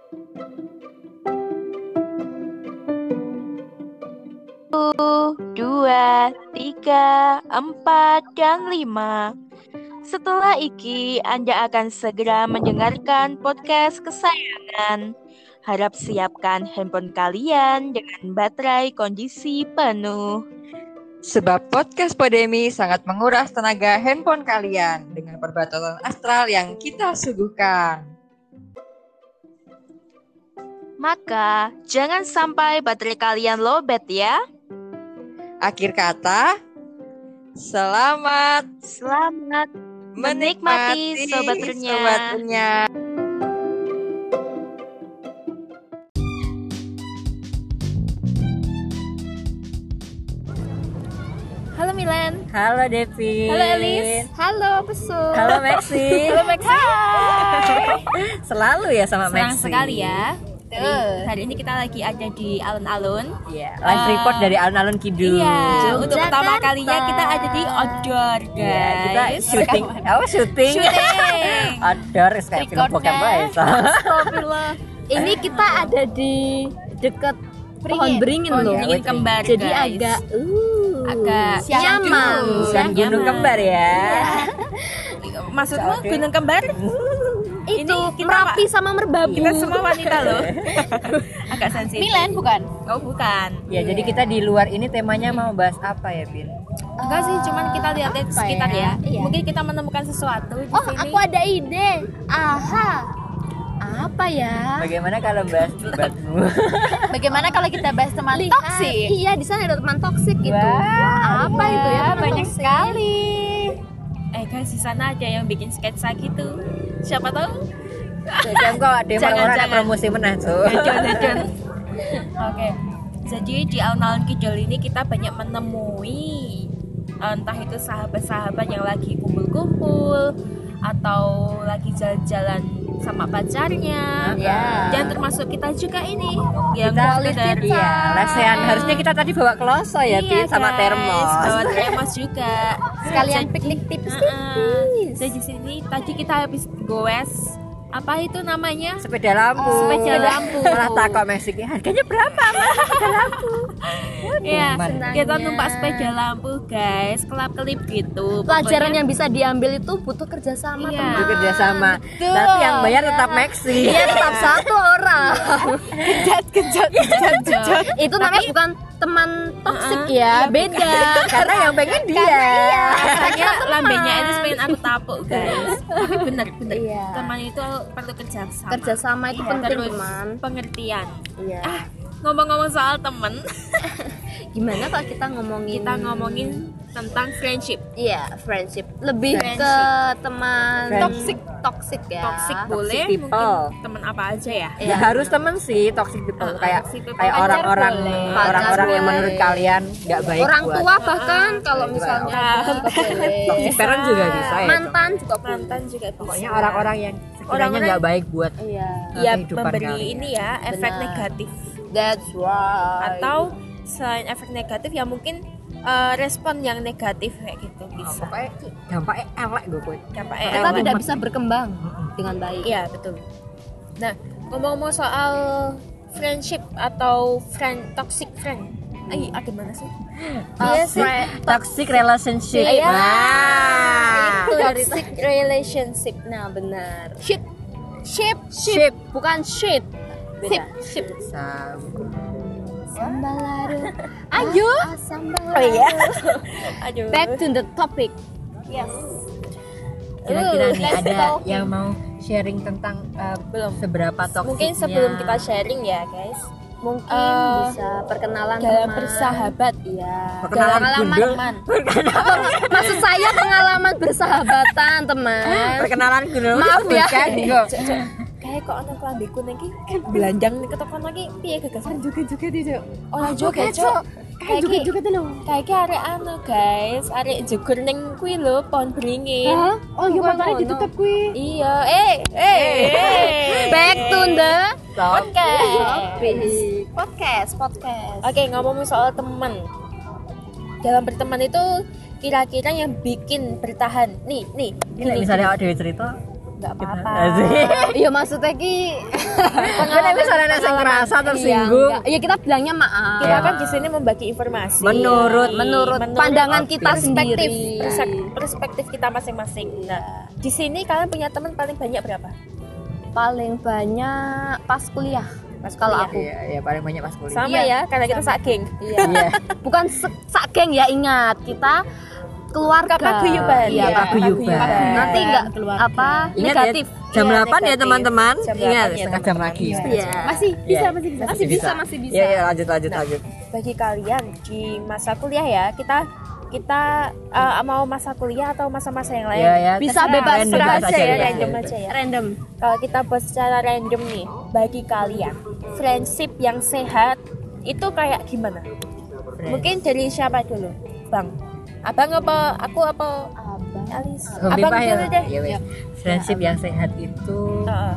2, 3, 4, dan 5. Setelah iki, Anda akan segera mendengarkan podcast kesayangan. Harap siapkan handphone kalian dengan baterai kondisi penuh. Sebab podcast Podemi sangat menguras tenaga handphone kalian dengan perbatasan astral yang kita suguhkan. Maka, jangan sampai baterai kalian lowbat ya. Akhir kata, selamat menikmati Sobat Runya. Halo Milen. Halo Devi. Halo Elis. Halo Pesu. Halo Maxi. Halo Maxi. Selalu ya sama Senang Maxi. sekali ya. Hari ini kita lagi ada di alun-alun. Iya, live report dari alun-alun Kidul. Iya, untuk pertama kalinya kita ada di outdoor, guys. Iya, kita syuting. Syuting. Outdoor kayak film bokep guys. Astagfirullah. Ini kita ada di dekat pohon beringin loh. Beringin kembar, jadi guys. agak nyaman. Bukan gunung kembar ya. Maksudmu gunung kembar? Itu Kita Merapi sama Merbabu. Kita semua wanita loh. Agak sensitif. Milen bukan? Oh, bukan. Ya, jadi kita di luar ini temanya mau bahas apa ya, Bin? Enggak sih, cuman kita lihat sekitar ya. Iya. Mungkin kita menemukan sesuatu di Oh, sini. aku ada ide. Aha. Apa ya? Bagaimana kalau bahas debatmu? Bagaimana kalau kita bahas teman toksik? Iya, di sana ada teman toksik gitu. Wah, apa itu ya? Banyak sekali. Guys, di sana ada yang bikin sketsa gitu. Siapa tahu? Jangan kok ada orang ada promosi menah tuh. Oke. Jadi di alun-alun Kidul ini kita banyak menemui entah itu sahabat-sahabat yang lagi kumpul-kumpul atau lagi jalan-jalan sama pacarnya. Dan termasuk kita juga ini yang sekedar lesehan. Harusnya kita tadi bawa kloso ya, Bin, sama termos. Bawa termos juga. Sekalian piknik tipis-tipis. Jadi di sini tadi kita habis goes apa itu namanya? Sepeda lampu. Malah takut Mesik. Harganya berapa, Mas? Sepeda lampu. Iya, kita numpak sepeda lampu, guys. Kelap-kelip gitu. Pelajaran yang bisa diambil itu butuh kerjasama, teman. Bekerja sama. Tapi yang bayar tetap Maxi. Iya, tetap satu orang. Kejat. Itu namanya bukan teman toksik ya, beda. Karena yang pengen dia. Katanya lambenya itu pengen aku tapuk, guys. Tapi bener. Iya. Teman itu perlu kerjasama. Kerjasama itu penting, Terus teman. pengertian. Iya. Ngomong-ngomong soal temen, Gimana kalau kita ngomongin tentang friendship. Iya, friendship. Lebih Friendship. ke teman toksik ya. Toxic boleh, people. mungkin teman apa aja ya. Ya harus temen sih toxic people kayak toxic people. kayak orang-orang boleh. orang-orang yang Pacar menurut kalian nggak baik Orang buat tua bahkan kalau misalnya toxic parent juga bisa ya. mantan juga Mantan juga bisa. Pokoknya orang-orang yang sekiranya Orang-orang- nggak baik buat Iya. Ya kehidupan memberi kalian. ini ya efek Benar. negatif That's right. atau selain efek negatif ya mungkin respon yang negatif kayak gitu bisa. Pokoknya dampaknya elek gue kuy. kita tidak bisa berkembang dengan baik. Iya betul. Nah ngomong-ngomong soal friendship atau toxic friend, gimana sih? Toxic relationship. Iya. Nah. Itu dari Toxic relationship. Nah benar. ship bukan shit. Beda. Sambalaru. Ayo. Sambalaru. Oh iya. Aduh. Back to the topic. Yes. Kira-kira nih Let's ada talk. yang mau sharing tentang Belum. seberapa toksiknya. Mungkin sebelum kita sharing ya guys. Mungkin bisa perkenalan Dalam teman. bersahabat. Iya. Perkenalan gundul. teman. Maksud saya pengalaman bersahabatan, teman. Perkenalan dulu. Maaf ya. Kayak kok ana klambiku niki belanjang nih ketokon lagi piye gagasan juga tidak. Oh juga cok. Kayak juga tuh lho. Kayak arek anu guys, arek jugur ning kuwi lho pohon beringin. Oh, iya makanya ditutup kuwi. Iya, Back to the podcast. Oke, ngomongin soal teman. Dalam berteman itu kira-kira yang bikin bertahan. Nih, Ini misalnya awak dewe cerita nggak apa-apa. Iya maksudnya ki Kan misalnya yang ngerasa tersinggung. Iya kita bilangnya maaf. Kita kan di sini membagi informasi. Menurut pandangan kita sendiri. Perspektif kita masing-masing. Nah, di sini kalian punya teman paling banyak berapa? Paling banyak pas kuliah. Kalau aku. Iya, paling banyak pas kuliah. Sama ya, karena kita sak geng. Iya. Bukan sak geng ya, ingat kita keluarga. Paguyuban. Iya, paguyuban. Nanti enggak keluarga. apa Ingat negatif. ya, jam 8 ya negatif. teman-teman. Jam Ingat 8 ya, setengah jam lagi. Iya. Masih Iya. masih bisa. Iya, lanjut. Bagi kalian di masa kuliah ya, kita mau masa kuliah atau masa-masa yang lain? Ya, Bisa terserah. bebas, Random Serah aja aja ya, bebas. random aja ya. Random. Kalau kita buat secara random nih, bagi kalian friendship yang sehat itu kayak gimana? Mungkin dari siapa dulu? Bang, abang apa? Aku apa? Abang. Alis. Hobi Abang Pahil. dulu deh. Ya, wes. Friendship yang sehat itu Heeh.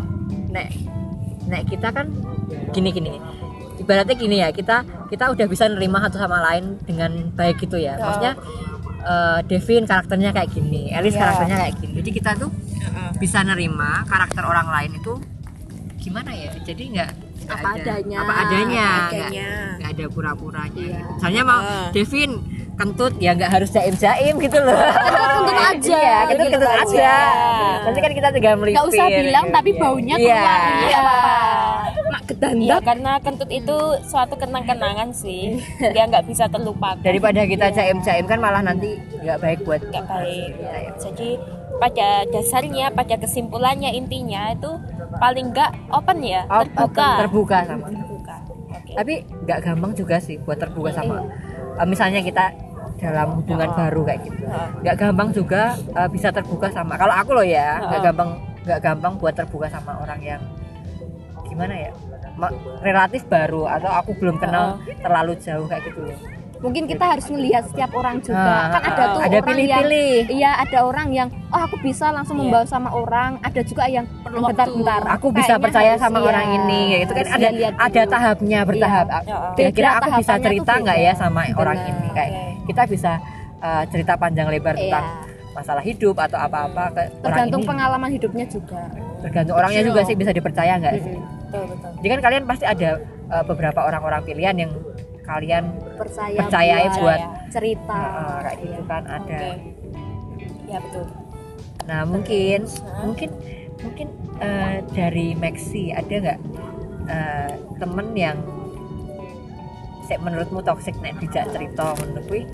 nek kita kan gini ibaratnya gini ya, kita udah bisa nerima satu sama lain dengan baik gitu ya. Maksudnya Devin karakternya kayak gini, Elis karakternya kayak gini, jadi kita tuh bisa nerima karakter orang lain itu gimana ya, jadi nggak Apa adanya. nggak ada pura-puranya. Misalnya mau Devin kentut ya nggak harus jaim gitu loh. Kentut aja. Iya, kentut aja. Nanti kan kita tinggal melipir. Nggak usah bilang tapi baunya keluar. Iya. Mak kedan. Ya karena kentut itu suatu kenang-kenangan sih, dia nggak bisa terlupakan. Daripada kita jaim kan malah nanti nggak baik buat Nggak baik. Jadi pada dasarnya, pada kesimpulannya, intinya itu paling nggak open ya, terbuka sama. Terbuka. Oke. Tapi nggak gampang juga sih buat terbuka sama misalnya kita dalam hubungan baru kayak gitu. Nggak gampang juga bisa terbuka sama, kalau aku loh ya, nggak gampang buat terbuka sama orang yang gimana ya, relatif baru atau aku belum kenal terlalu jauh kayak gitu loh. Mungkin kita harus melihat setiap orang juga. Kan ada tuh ada orang pilih-pilih. yang iya, ada orang yang aku bisa langsung membawa sama orang, ada juga yang bentar-bentar. Aku bisa percaya sama orang ini, gitu kan ada tahapnya bertahap. Kira-kira aku bisa cerita nggak ya sama orang ini, kayak kita bisa cerita panjang lebar tentang masalah hidup atau apa-apa ke tergantung orang ini. pengalaman hidupnya juga. Tergantung orangnya juga sih, bisa dipercaya nggak sih? Betul. Jadi kan kalian pasti ada beberapa orang-orang pilihan yang kalian Percayai buat cerita. kayak gitu kan ada. Ya betul. Nah mungkin dari Maxi ada nggak temen yang menurutmu toksik nek dijak cerita menurutku?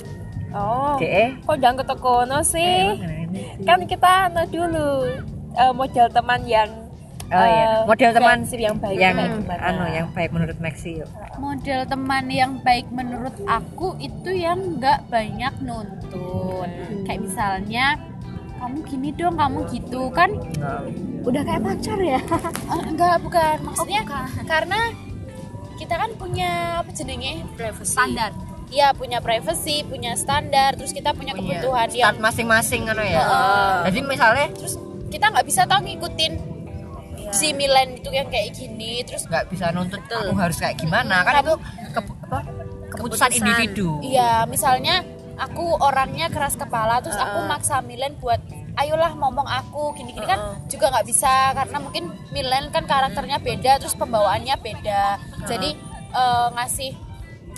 Kok jangan ketekono sih? Kan kita dulu model teman yang model teman yang baik yang baik menurut Maxi. Model teman yang baik menurut aku itu yang nggak banyak nuntut. Kayak misalnya kamu gini dong, kamu gitu kan, Udah kayak pacar ya. enggak, bukan maksudnya karena kita kan punya apa jenenge standar. Iya, punya privacy, punya standar, terus kita punya kebutuhan yang start masing-masing kan ya. Jadi misalnya terus kita nggak bisa tahu ngikutin si Milen itu yang kayak gini, terus nggak bisa nuntut aku harus kayak gimana, kan itu keputusan individu. Iya, misalnya aku orangnya keras kepala, terus aku maksa Milen buat ayolah ngomong aku gini-gini kan juga nggak bisa, karena mungkin Milen kan karakternya beda, terus pembawaannya beda, jadi ngasih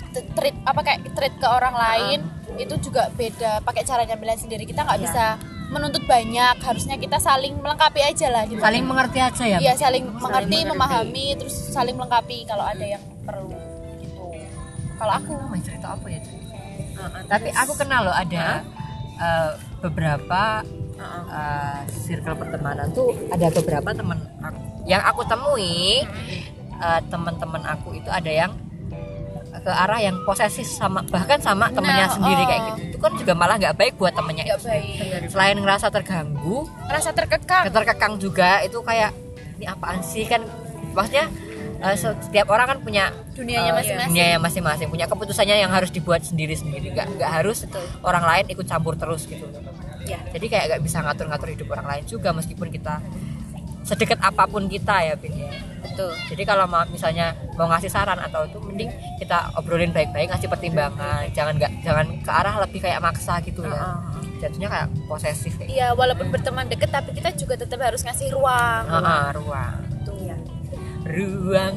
treat ke orang lain itu juga beda, pakai caranya Milen sendiri. Kita nggak bisa menuntut banyak, harusnya kita saling melengkapi aja lah, saling mengerti aja ya. Iya, saling mengerti, memahami, terus saling melengkapi kalau ada yang perlu gitu. Kalau aku mau cerita apa ya? Tapi aku kenal loh ada beberapa circle pertemanan tuh, ada beberapa teman aku yang aku temui, teman-teman aku itu ada yang ke arah yang posesif bahkan sama temennya sendiri kayak gitu. Itu kan juga malah nggak baik buat temennya itu. Selain ngerasa terganggu, ngerasa terkekang juga, itu kayak ini apaan sih, kan maksudnya setiap orang kan punya dunianya masing-masing, punya keputusannya yang harus dibuat sendiri-sendiri, nggak harus orang lain ikut campur terus gitu. Jadi kayak nggak bisa ngatur-ngatur hidup orang lain juga, meskipun kita sedekat apapun kita ya, Bin. Betul. Jadi kalau misalnya mau ngasih saran atau itu mending kita obrolin baik-baik, ngasih pertimbangan, jangan ke arah lebih kayak maksa gitu ya. Jatuhnya kayak posesif kayak. Iya, walaupun berteman deket tapi kita juga tetap harus ngasih ruang. Ruang. Tuh ya. Ruang.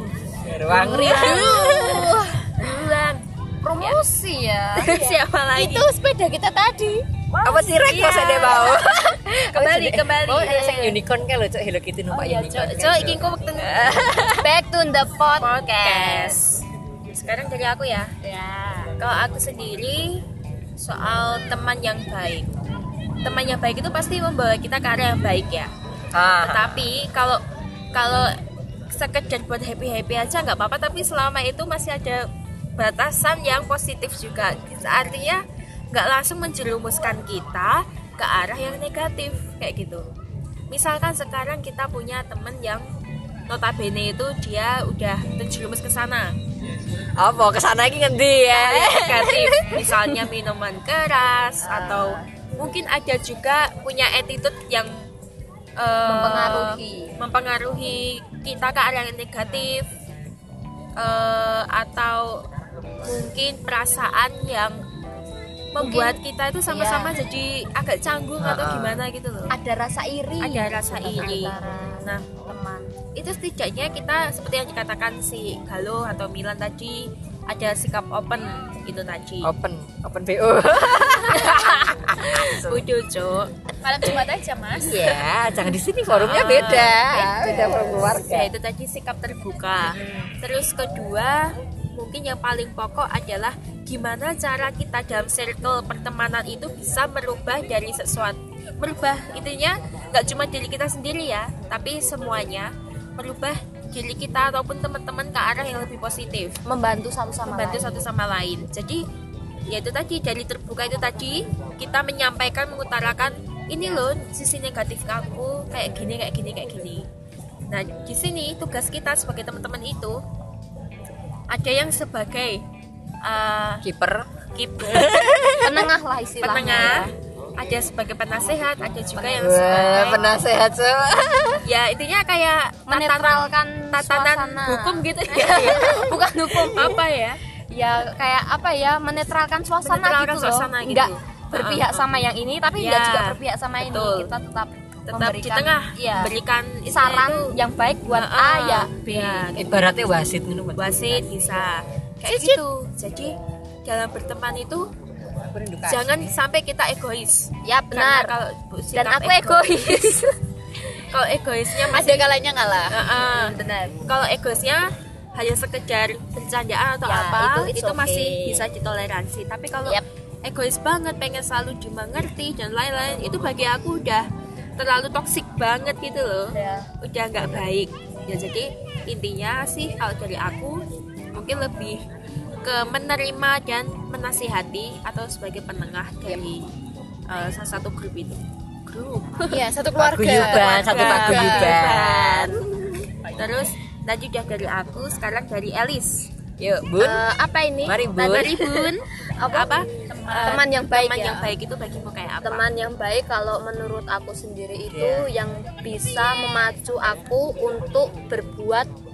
Promosi ya. Siapa lagi? Itu sepeda kita tadi. Apa sih rek kok saya mau? Kembali. Oh, ada yang unicorn kan lho, Cuk. Hello Kitty numpak unicorn. Cok, iki ku wektu Back to the podcast. podcast. Sekarang dari aku ya. Ya. Kalau aku sendiri soal teman yang baik. Teman yang baik itu pasti membawa kita ke arah yang baik ya. Tetapi kalau sekedar buat happy aja nggak apa-apa, tapi selama itu masih ada batasan yang positif juga. Artinya nggak langsung menjerumuskan kita ke arah yang negatif kayak gitu. Misalkan sekarang kita punya temen yang notabene itu dia udah terjerumus ke sana. Apa kesana lagi ngendi ya? Negatif, misalnya minuman keras atau mungkin ada juga punya attitude yang mempengaruhi kita ke arah yang negatif, atau mungkin perasaan yang membuat kita itu sama-sama jadi agak canggung atau gimana gitu loh. Ada rasa iri. Nah, teman itu setidaknya kita seperti yang dikatakan si Galo atau Milan tadi, ada sikap open itu tadi. Open BO. Udah, Cok. Malam Jumat aja, Mas. Iya, jangan di sini, forumnya beda forum keluarga. Ya, itu tadi sikap terbuka. Terus kedua, mungkin yang paling pokok adalah gimana cara kita dalam circle pertemanan itu bisa merubah dari sesuatu. Merubah intinya nggak cuma diri kita sendiri ya, tapi semuanya merubah diri kita ataupun teman-teman ke arah yang lebih positif, Membantu satu sama lain. Jadi ya itu tadi, dari terbuka itu tadi kita menyampaikan, mengutarakan ini loh sisi negatif kamu kayak gini. Nah, di sini tugas kita sebagai teman-teman itu ada yang sebagai Kiper. Penengah lah istilahnya. Ada sebagai penasehat, ada juga yang sebagai penasehat, ya intinya kayak menetralkan tatanan suasana. hukum gitu ya. Bukan hukum. Apa ya? Ya kayak apa ya, menetralkan suasana Menetralkan gitu loh. suasana gitu. Enggak berpihak sama yang ini tapi enggak Ya. juga berpihak sama ini. Betul. Kita tetap Tetap di memberikan, tengah, ya, berikan saran yang baik buat A ya B. Ibaratnya wasit gitu. Wasit bisa kayak gitu. Jadi dalam berteman itu jangan sampai kita egois. Ya benar. Karena kalau Dan sikap aku egois. Kalau egoisnya Ada kalanya ngalah. benar. Kalau egoisnya hanya sekedar bercandaan atau Ya, apa, itu itu okay. masih bisa ditoleransi. Tapi kalau egois banget, pengen selalu dimengerti dan lain-lain, itu bagi aku udah terlalu toksik banget gitu loh. Udah nggak baik. Ya jadi intinya sih kalau dari aku mungkin lebih ke menerima dan menasihati atau sebagai penengah dari salah satu grup itu. Iya, satu keluarga. Satu paguyuban. Terus tadi udah dari aku, sekarang dari Elis. Yuk, Bun. Apa ini? Mari, Bun. Dari Bun. Apa? Teman yang baik Teman ya. yang baik itu bagimu kayak apa? Teman yang baik kalau menurut aku sendiri itu yang bisa memacu aku untuk berbuat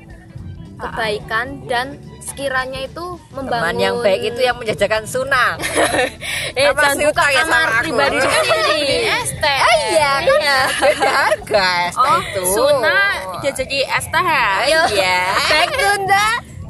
kebaikan dan sekiranya itu membangun. Teman yang baik itu yang menjajakan sunnah. Jangan buka ya sama kamar aku. pribadi sendiri. ST. Iya, kan guys, itu. Sunnah dia jadi Esther ya? Iya. Back to the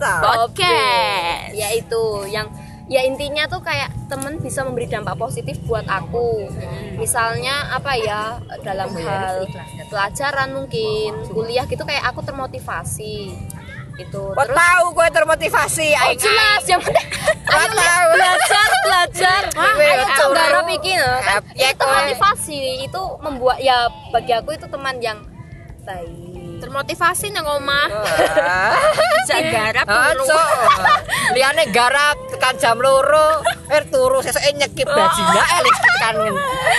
Podcast. ya itu yang ya intinya tuh kayak temen bisa memberi dampak positif buat aku. Misalnya apa ya, dalam hal pelajaran mungkin kuliah gitu, kayak aku termotivasi gitu. Kok tahu gue termotivasi? Oh, jelas yang penting Kok tahu belajar. Ayo coba pikir kan. Ya, Itu motivasi itu membuat ya, bagi aku itu teman yang baik. Termotivasi nang omah. Jak garap turu. Liane garap tekan jam loro, turu sesuk nyekip bajinga elik tekan.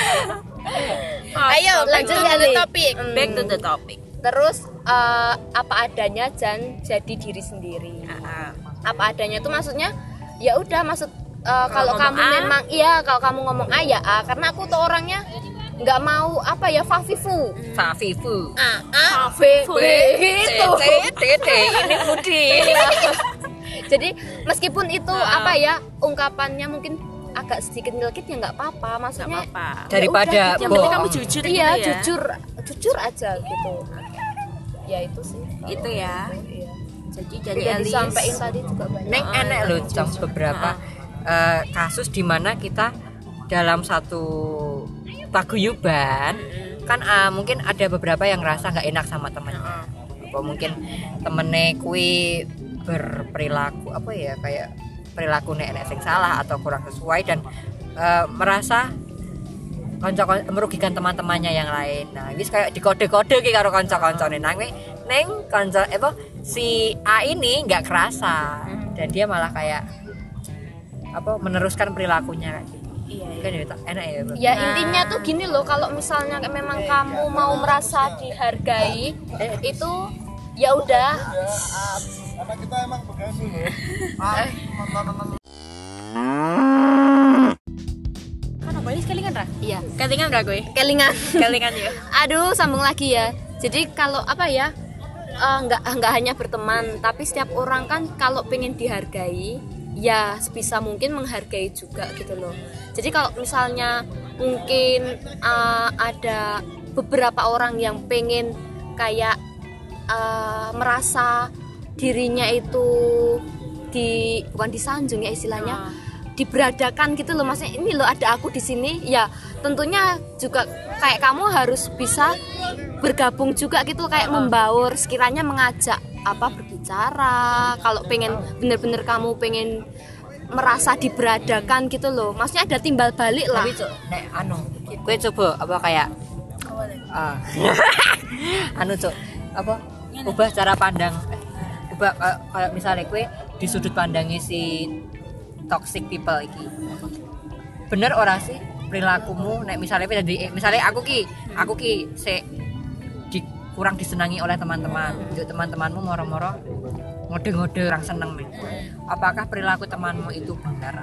Ayo, lanjut ya, ke Li. topik. Back to the topic. Terus apa adanya dan jadi diri sendiri. Apa adanya itu maksudnya ya udah, maksud kalau ngomong kamu A. memang kalau kamu ngomong A ya A, karena aku tuh orangnya nggak mau apa ya fafifu Fafifu. gitu. Ini Budi. Jadi meskipun itu apa ya ungkapannya mungkin agak sedikit nyelekit ya nggak apa-apa, maksudnya apa-apa. Daripada Yang penting kamu bohong. jujur iya gitu ya. jujur aja gitu. Ya itu sih. Itu ya. Iya. Jadi dari Udah Alice disampaikan tadi juga banyak. Neng enek loh Cong beberapa kasus di mana kita dalam satu paguyuban kan mungkin ada beberapa yang ngerasa nggak enak sama temennya. Apa mungkin temennya kui berperilaku apa ya kayak perilaku enek sing salah atau kurang sesuai dan merasa merugikan teman-temannya yang lain. Nah, wis kayak dikode-kode ki karo kanca-kancane nang kanca si A ini nggak kerasa dan dia malah kayak meneruskan perilakunya kayak gitu. Iya. Kan ya enak ya. Bro? Ya intinya tuh gini loh, kalau misalnya memang kamu mau merasa dihargai itu ya udah. Karena kita emang begasu loh. Kan apa ini kelingan Ra? Iya, Kelingan Ra gue? kelingan. Kelingan ya. Aduh, sambung lagi ya. Jadi kalau apa ya, nggak hanya berteman, tapi setiap orang kan kalau pengen dihargai, ya sebisa mungkin menghargai juga gitu loh. Jadi kalau misalnya mungkin ada beberapa orang yang pengen kayak merasa dirinya itu bukan disanjung ya istilahnya, diberadakan gitu loh, maksudnya ini loh ada aku di sini, ya tentunya juga kayak kamu harus bisa bergabung juga gitu, kayak membaur, sekiranya mengajak berbicara kalau pengen bener-bener kamu pengen merasa diberadakan gitu loh, maksudnya ada timbal balik lah. Tapi cuk nek gue coba kayak cuk ubah cara pandang kayak misalnya gue di sudut pandangnya si toxic people iki bener orang sih perilakumu nek misalnya aku ki kurang disenangi oleh teman-teman, teman-temanmu moro-moro ngode-ngode orang seneng nih. Apakah perilaku temanmu itu benar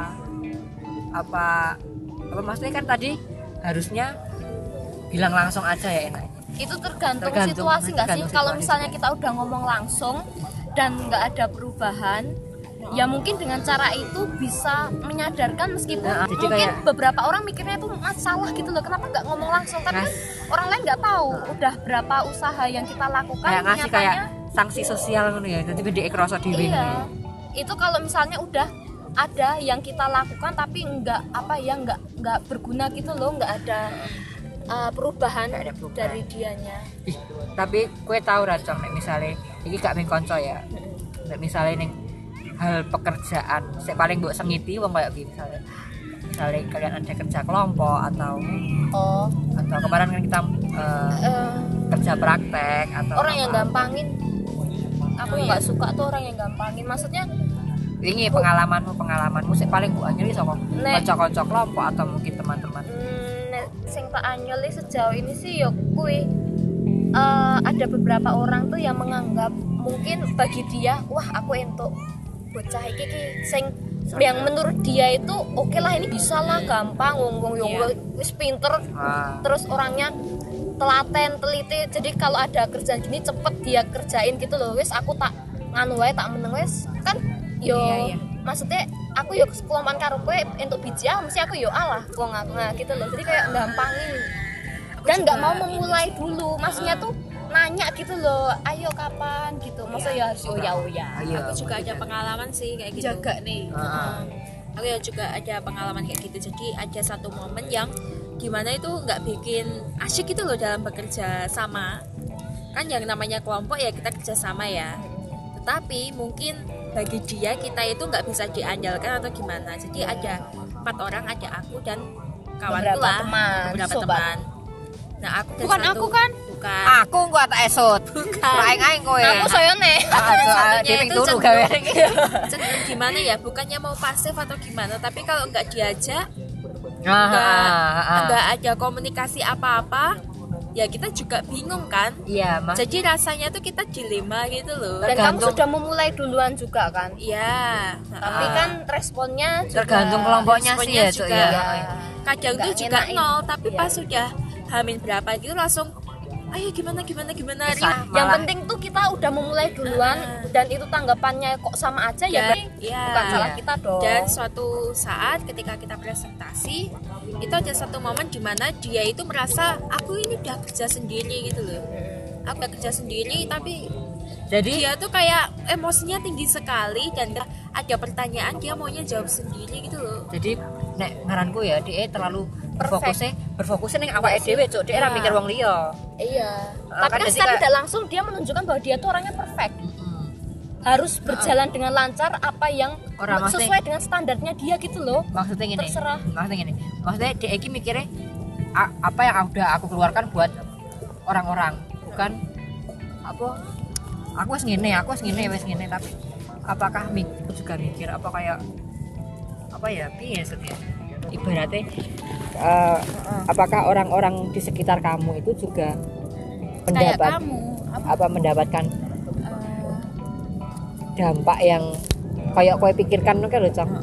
apa maksudnya kan tadi harusnya bilang langsung aja ya enak. Itu tergantung situasi nggak sih? Kalau misalnya kita udah ngomong langsung dan nggak ada perubahan, ya mungkin dengan cara itu bisa menyadarkan, meskipun mungkin kayak beberapa orang mikirnya itu masalah gitu loh, kenapa nggak ngomong langsung, tapi kan orang lain nggak tahu udah berapa usaha yang kita lakukan kayak ngasih kayak sanksi sosial gitu ya, jadi gede kerasa diri. Iya, itu kalau misalnya udah ada yang kita lakukan tapi nggak berguna gitu loh, nggak ada perubahan dari dianya. Tapi gue tahu racong nek misalnya ini gak main konco ya, nek misalnya nih hal pekerjaan saya paling buat sengiti wong kayak gitu, misalnya kalian ada kerja kelompok atau kemarin kan kita kerja praktek atau orang yang gampangin, aku nggak suka tuh orang yang gampangin, maksudnya ini pengalamanmu saya paling buat nyeri sama konco-konco kelompok atau mungkin teman-teman. Sing tak anyeli sejauh ini sih yo kuwi ada beberapa orang tuh yang menganggap mungkin bagi dia wah aku entuk bocah iki sing yang menurut dia itu oke lah, ini bisa lah, gampang wong wis pinter, terus orangnya telaten teliti, jadi kalau ada kerjaan gini cepet dia kerjain gitu loh, wis aku tak nganu wae tak meneng wis kan yo maksudnya aku yo kelompokan karo kowe entuk biji mesti aku yo alah wong aku gitu loh, jadi kayak gampangin dan nggak mau memulai dulu, maksudnya tuh nanya gitu loh, ayo kapan gitu, maksudnya ya Aku juga ada pengalaman sih kayak gitu. Jaga nih. Aku ya juga ada pengalaman kayak gitu. Jadi ada satu momen yang dimana itu nggak bikin asyik gitu loh dalam bekerja sama. Kan yang namanya kelompok ya kita kerja sama ya. Tetapi mungkin bagi dia kita itu nggak bisa diandalkan atau gimana. Jadi ada 4 orang, ada aku dan kawanku lah, beberapa teman. Nah aku Bukan aku kan? Bukan. Aku gua tak esot. Aing kowe. aku soyone Diping turu gawe iki. Cenderung gimana ya? Bukannya mau pasif atau gimana, tapi kalau nggak diajak, nggak ada komunikasi apa-apa, ya kita juga bingung kan. Iya, Mas. Jadi rasanya tuh kita dilema gitu loh. Dan kamu Tergantung. sudah memulai duluan juga kan. Iya. Tapi kan responnya juga Tergantung kelompoknya sih ya, Cuk juga. ya. Kadang Nggak tuh juga ngenain. nol, tapi Iya. pas sudah hamin berapa gitu langsung ayo gimana Kesan. Ri. yang Malah- penting tuh kita udah memulai duluan dan itu tanggapannya kok sama aja ya, Dan, ya, bukan salah Iya. kita dong. dan suatu saat ketika kita presentasi itu ada satu momen di mana dia itu merasa aku ini udah kerja sendiri gitu loh. Aku udah kerja sendiri tapi Jadi dia tuh kayak emosinya tinggi sekali dan ada pertanyaan dia maunya jawab sendiri gitu loh. jadi nek ngaranku ya dia terlalu berfokusnya ning awake dhewe, Cuk. Dia ora mikir wong liya. Iya. Ah, Tapi kan kan jadi secara kayak- tidak langsung dia menunjukkan bahwa dia tuh orangnya perfect. Harus berjalan dengan lancar apa yang Orang maksudnya- sesuai dengan standarnya dia gitu loh. Maksudnya gini. Terserah. Maksudnya dia iki mikirnya apa yang udah aku keluarkan buat orang-orang, bukan apa aku wis ngene, tapi apakah aku juga mikir apa kayak apa ya piye maksudnya ibaratnya apakah orang-orang di sekitar kamu itu juga Kayak mendapat kamu mendapatkan dampak yang kayak kowe pikirkan kan lho, Cong.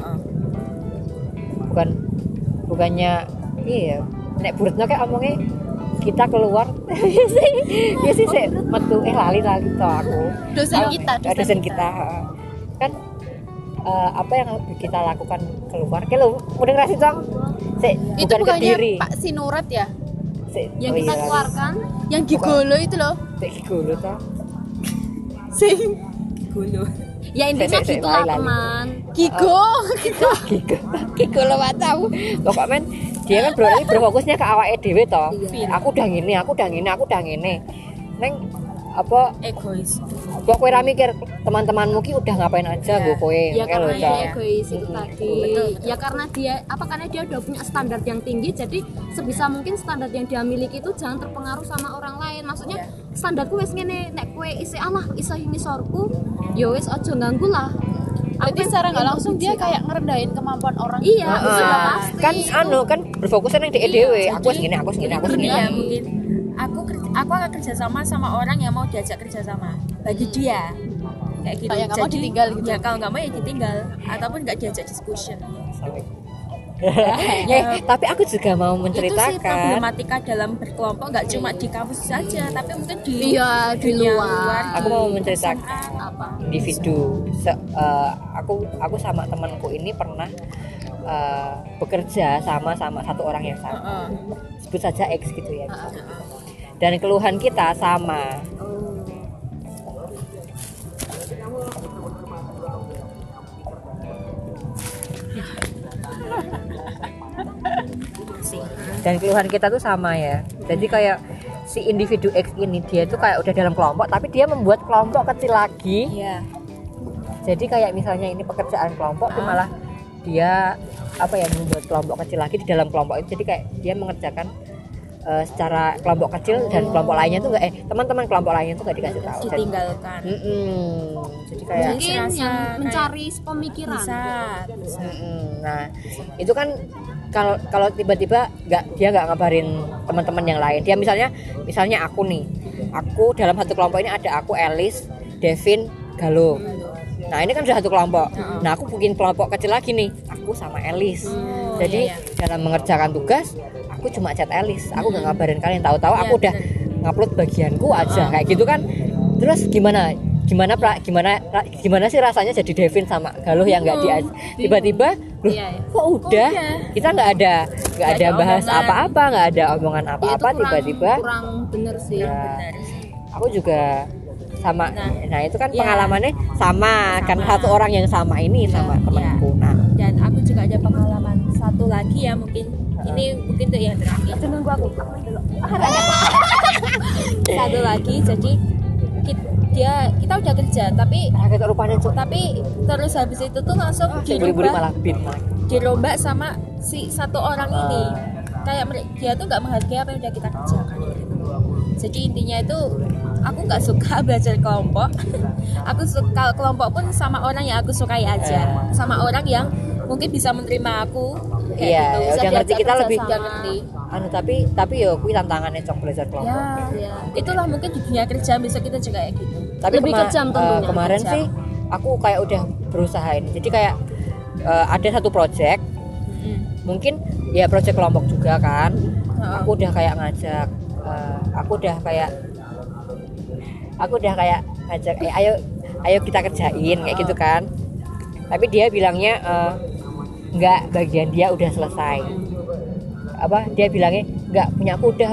Bukannya iya nek buretno kayak omongnya kita keluar ya sih sik metu lali to aku Dosen kita, dosen kita heeh. Kan apa yang kita lakukan keluar ke lo udah ngerasa Cong sik itu bukan ke bukannya diri Pak Sinurat ya sik yang oh kita iya, keluarkan yang gigolo itu loh. sik gulu to Sing Gulu. Ya intinya Sik, gitulah lali. teman. gigo. Kiko lo gak tahu. Pokoknya men dia kan berfokusnya ke awake dhewe to. Aku udah ngene. Neng apa Egois. kok kowe ra mikir teman-temanmu ki udah ngapain aja nggo kowe. Ya Kayak lho, karena dia Cong. egois itu tadi. Ya karena dia udah punya standar yang tinggi, jadi sebisa mungkin standar yang dia miliki itu jangan terpengaruh sama orang lain. Maksudnya standarku wis ngene, nek kowe isih ngisorku, ya wis aja ganggu lah. Berarti secara nggak langsung dia kayak ngerendahin kemampuan orang. Iya, Heeh. sudah pasti. Kan kan berfokusnya nang dhewe. Aku wis ngene. Ya mungkin aku akan kerjasama sama orang yang mau diajak kerjasama bagi dia kayak gitu. Kayak nggak mau ditinggal gitu. Ya kalau nggak mau ya ditinggal ataupun nggak diajak discussion. Tapi aku juga mau Itu sih menceritakan problematika dalam berkelompok nggak cuma di kampus saja tapi mungkin di Iya, di dunia luar. aku mau menceritakan Apa? individu. Aku sama temanku ini pernah bekerja sama satu orang yang sama. Sebut saja X gitu ya. Dan keluhan kita sama. Dan keluhan kita tuh sama ya. Jadi kayak si individu X ini dia tuh kayak udah dalam kelompok tapi dia membuat kelompok kecil lagi. Iya. Jadi kayak misalnya ini pekerjaan kelompok tuh malah dia apa ya membuat kelompok kecil lagi di dalam kelompok itu. Jadi kayak dia mengerjakan secara kelompok kecil dan kelompok lainnya tuh nggak teman-teman kelompok lainnya tuh nggak dikasih tahu. Ditinggalkan. Jadi kayak Mungkin serasa yang kayak- mencari pemikiran. Bisa. nah itu kan kalau tiba-tiba dia nggak ngabarin teman-teman yang lain. Dia misalnya aku nih, aku dalam satu kelompok ini ada aku, Elis, Devin, Galo. Nah ini kan sudah satu kelompok. Nah aku bikin kelompok kecil lagi nih, aku sama Elis. Jadi dalam mengerjakan tugas, aku cuma chat Elis. Aku nggak ngabarin kalian. Tahu-tahu aku udah ngupload bagianku aja kayak gitu kan. Terus gimana sih rasanya jadi Devin sama Galuh yang nggak tiba-tiba loh kok udah kita nggak ada bahas apa-apa, nggak ada omongan apa-apa, tiba-tiba kurang bener sih. ya, aku juga sama. Nah itu kan pengalamannya sama kan satu orang yang sama ini sama temanku. Nah Dan aku juga ada pengalaman satu lagi ya mungkin tuh yang terakhir. Nunggu aku. Satu lagi jadi kita udah kerja tapi kayak rupanya Cuk. terus habis itu tuh langsung Buri-buri malah bin dirombak sama si satu orang ini kayak dia tuh nggak menghargai apa yang udah kita kerjakan gitu. Jadi intinya itu aku nggak suka belajar kelompok. Aku suka kelompok pun sama orang yang aku sukai aja, sama orang yang mungkin bisa menerima aku kayak Iya, gitu. ya Bisa udah ngerti diajak kita lebih kerjasama. Udah ngerti. tapi yo kuwi tantangannya cok belajar kelompok. Ya, itulah mungkin di dunia kerja besok kita juga kayak gitu. Tapi Lebih kejam tentunya, kemarin kejam. sih aku kayak udah berusaha ini. Jadi kayak ada satu project, mungkin ya project kelompok juga kan. Aku udah kayak ngajak, aku udah kayak ngajak, ayo kita kerjain kayak gitu kan. Tapi dia bilangnya enggak, bagian dia udah selesai. Dia bilangnya enggak, punya aku udah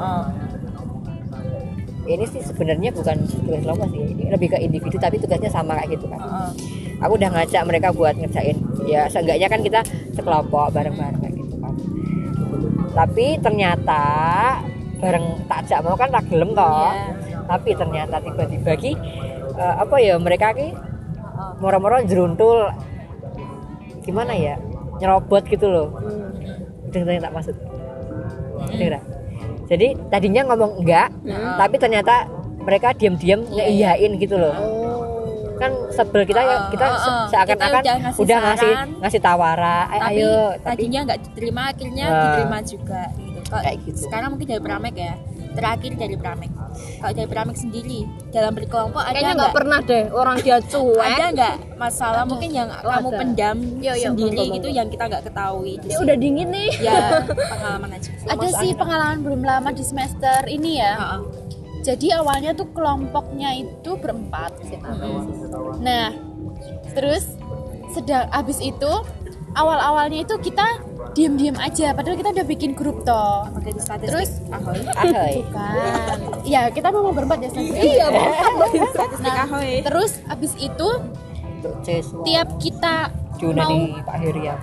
ini sih sebenarnya bukan tugas kelompok sih, ini lebih ke individu tapi tugasnya sama kayak gitu kan. Aku udah ngajak mereka buat ngerjain, ya seenggaknya kan kita sekelompok bareng-bareng kayak gitu kan. Tapi ternyata bareng tak ajak mau kan tak gelem toh. Tapi ternyata tiba-tiba mereka ki moro-moro jeruntul, gimana ya, nyerobot gitu loh. Dengar tak maksud. Dengar. Jadi tadinya ngomong enggak, tapi ternyata mereka diam-diam ngeiyain gitu loh. Kan sebel kita seakan-akan udah ngasih tawaran, Tapi ayo. tadinya nggak diterima, akhirnya diterima juga gitu. Kalau Kayak gitu. sekarang mungkin dari Pramek ya. Terakhir dari Pramek. Kalau dari Pramek sendiri dalam berkelompok ada Kayaknya nggak? nggak pernah deh orang dia cuek. Ada nggak masalah mungkin yang kamu ada. pendam Yo, sendiri ngomong. gitu yang kita nggak ketahui? Ya udah dingin nih. Ya pengalaman aja. Ada sih pengalaman belum lama di semester ini ya. Jadi awalnya tuh kelompoknya itu berempat. Nah, terus abis itu awal-awalnya itu kita diem-diem aja, padahal kita udah bikin grup toh. Terus Ahoy. bukan, ya kita mau berempat ya statistik. Iya, Nah, terus abis itu tiap kita Diundang Pak Heri ya.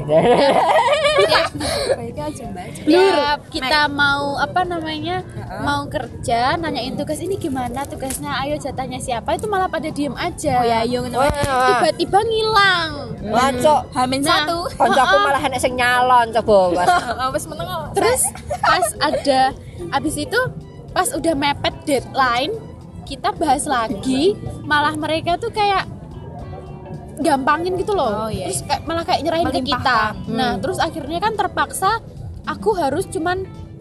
tiap kita mau mau kerja, nanyain tugas ini gimana tugasnya, ayo jatahnya siapa, itu malah pada diem aja. Tiba-tiba ngilang. Cok, Hamin satu. koncoku malah enek sing nyalon coba. Terus abis itu pas udah mepet deadline, kita bahas lagi, malah mereka tuh kayak gampangin gitu loh. Terus malah kayak nyerahin ke kita. Nah, terus akhirnya kan terpaksa aku harus cuman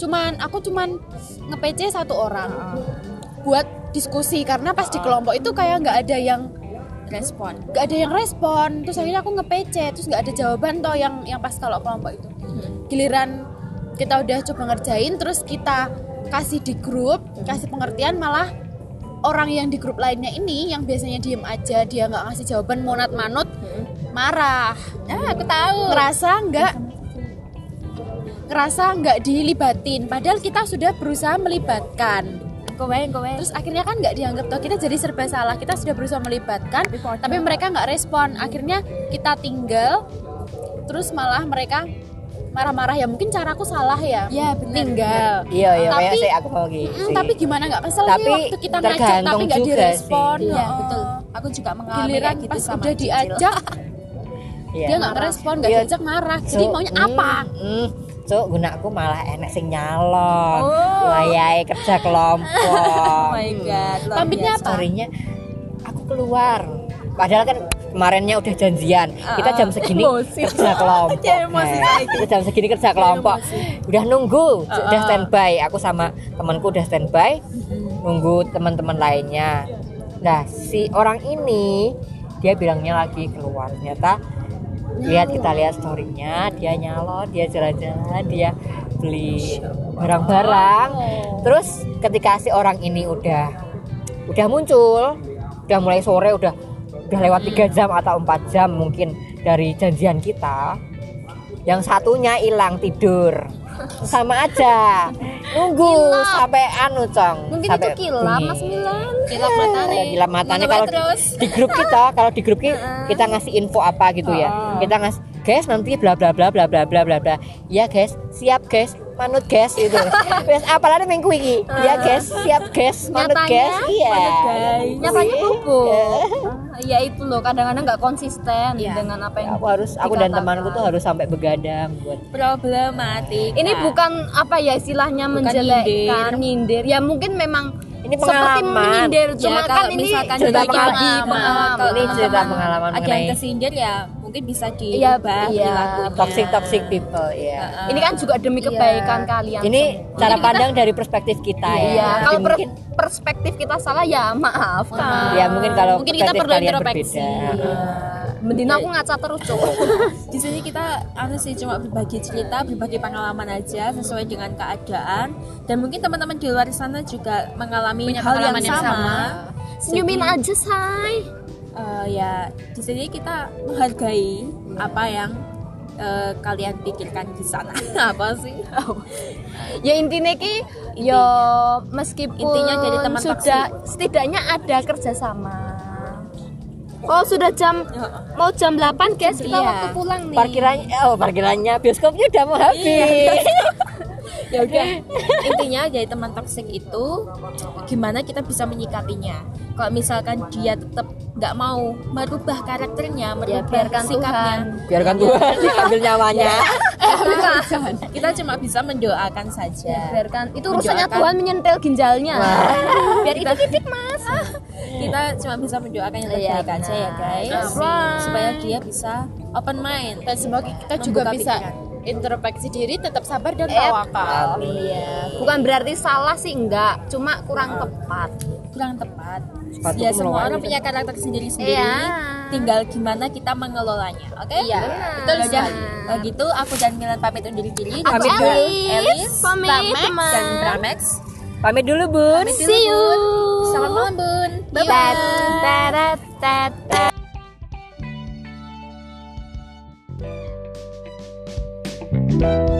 nge-PC satu orang buat diskusi, karena pas di kelompok itu kayak nggak ada yang respon. Terus akhirnya aku nge-PC, terus nggak ada jawaban toh yang pas kalau kelompok itu. Giliran kita udah coba ngerjain, terus kita kasih di grup, kasih pengertian, malah orang yang di grup lainnya ini yang biasanya diem aja, dia nggak ngasih jawaban, monat-manut, marah. Aku tahu. Ngerasa nggak dilibatin, padahal kita sudah berusaha melibatkan. Terus akhirnya kan nggak dianggap toh, kita jadi serba salah. Kita sudah berusaha melibatkan, tapi mereka nggak respon. Akhirnya kita tinggal, terus malah mereka marah-marah, ya mungkin caraku salah ya. Iya benar. Tinggal. Iya, Tapi kayak aku mau gitu. tapi gimana nggak kesel Tapi nih waktu kita ngajak tergantung tapi nggak juga direspon. sih. Iya betul. Aku juga mengalami Giliran kayak gitu pas sama udah cicil. diajak, Iya. dia nggak ngerespon, nggak Iya. diajak marah. Jadi maunya apa? Gunaku malah enek sing nyalon. Wayahe kerja kelompok. Oh my god. luar Pamitnya biasa. apa? Story-nya aku keluar. Padahal kan kemarinnya udah janjian. Kita jam segini kerja kelompok. Kita jam segini kerja kelompok. Udah nunggu, udah standby. Aku sama temanku udah standby. Nunggu teman-teman lainnya. Nah, si orang ini dia bilangnya lagi keluar. Ternyata kita lihat story-nya, dia nyalon, dia jalan-jalan, dia beli barang-barang. Terus ketika si orang ini udah muncul, udah mulai sore, udah lewat 3 jam atau 4 jam mungkin dari janjian kita, yang satunya hilang tidur. Sama aja nunggu sampai Mungkin sampai itu kilap bunyi. Mas Milan. Kilap matahari. Gila matanya. Kalau di grup kita ngasih info apa gitu ya, kita ngasih, guys nanti bla bla bla bla bla bla bla bla, ya guys, siap guys, manut guys gitu. Wes apalagi minggu ini, ya guys, siap guys, manut guys, iya. Nyatanya gugup. Ya itu loh, kadang-kadang nggak konsisten dengan apa yang Aku dan temanku tuh harus sampai begadang buat Problematik. ini bukan apa ya istilahnya menjelekkan, nyindir. Ya mungkin memang ini seperti pengalaman. menyindir. Cuma Ya, kan kalau ini misalkan cerita bagi pengalaman. kalau Ini cerita teman-teman pengalaman ada yang mengenai kesindir ya mungkin bisa Iya, diubah iya. perilakunya. toxic people ya. ini kan juga demi kebaikan kalian. Ini cara pandang dari perspektif kita ya. Iya, Jadi kalau mungkin perspektif kita salah ya maaf kan. ya mungkin kalau Mungkin kita perspektif perlu kalian introspeksi. berbeda. Mending aku ngaca terus cuk. Di sini kita harus sih cuma berbagi cerita, berbagi pengalaman aja sesuai dengan keadaan dan mungkin teman-teman di luar sana juga mengalami Punya hal yang pengalaman yang sama. Senyumin aja say. Ya di sini kita menghargai apa yang kalian pikirkan di sana. Apa sih? Ya intinya ki ya meskipun Intinya jadi teman sudah setidaknya ada kerjasama. Oh sudah mau jam 8 guys, kita Iya. waktu pulang nih. Parkirannya bioskopnya udah mau habis. Ya udah, intinya jadi teman toksik itu gimana kita bisa menyikapinya. Kalau misalkan dia tetap nggak mau merubah karakternya, merubah biarkan sikapnya, Biarkan Tuhan diambil nyawanya. kita cuma bisa mendoakan saja. Biarkan itu urusannya Mendoakan. Tuhan menyentel ginjalnya. Biar itu titik mas. Kita cuma bisa mendoakan yang Iya, terbaik aja ya guys, Amin. supaya dia bisa open mind. Dan semoga kita juga Membuka bisa pikiran. introspeksi diri, tetap sabar dan tawakal. Iya. Bukan berarti salah sih enggak, cuma kurang tepat. Kurang tepat. Sepatu Ya aku semua melawai orang gitu. punya karakter sendiri-sendiri. Iya. Tinggal gimana kita mengelolanya. Oke? Iya, Betul sekali. Kalau gitu aku dan Milan pamit undur diri. Aku Dan juga Elis, pamit Pramex, teman. dan Pramex. Pamit dulu, Bun. See you. Selamat malam, Bun. Bye bye.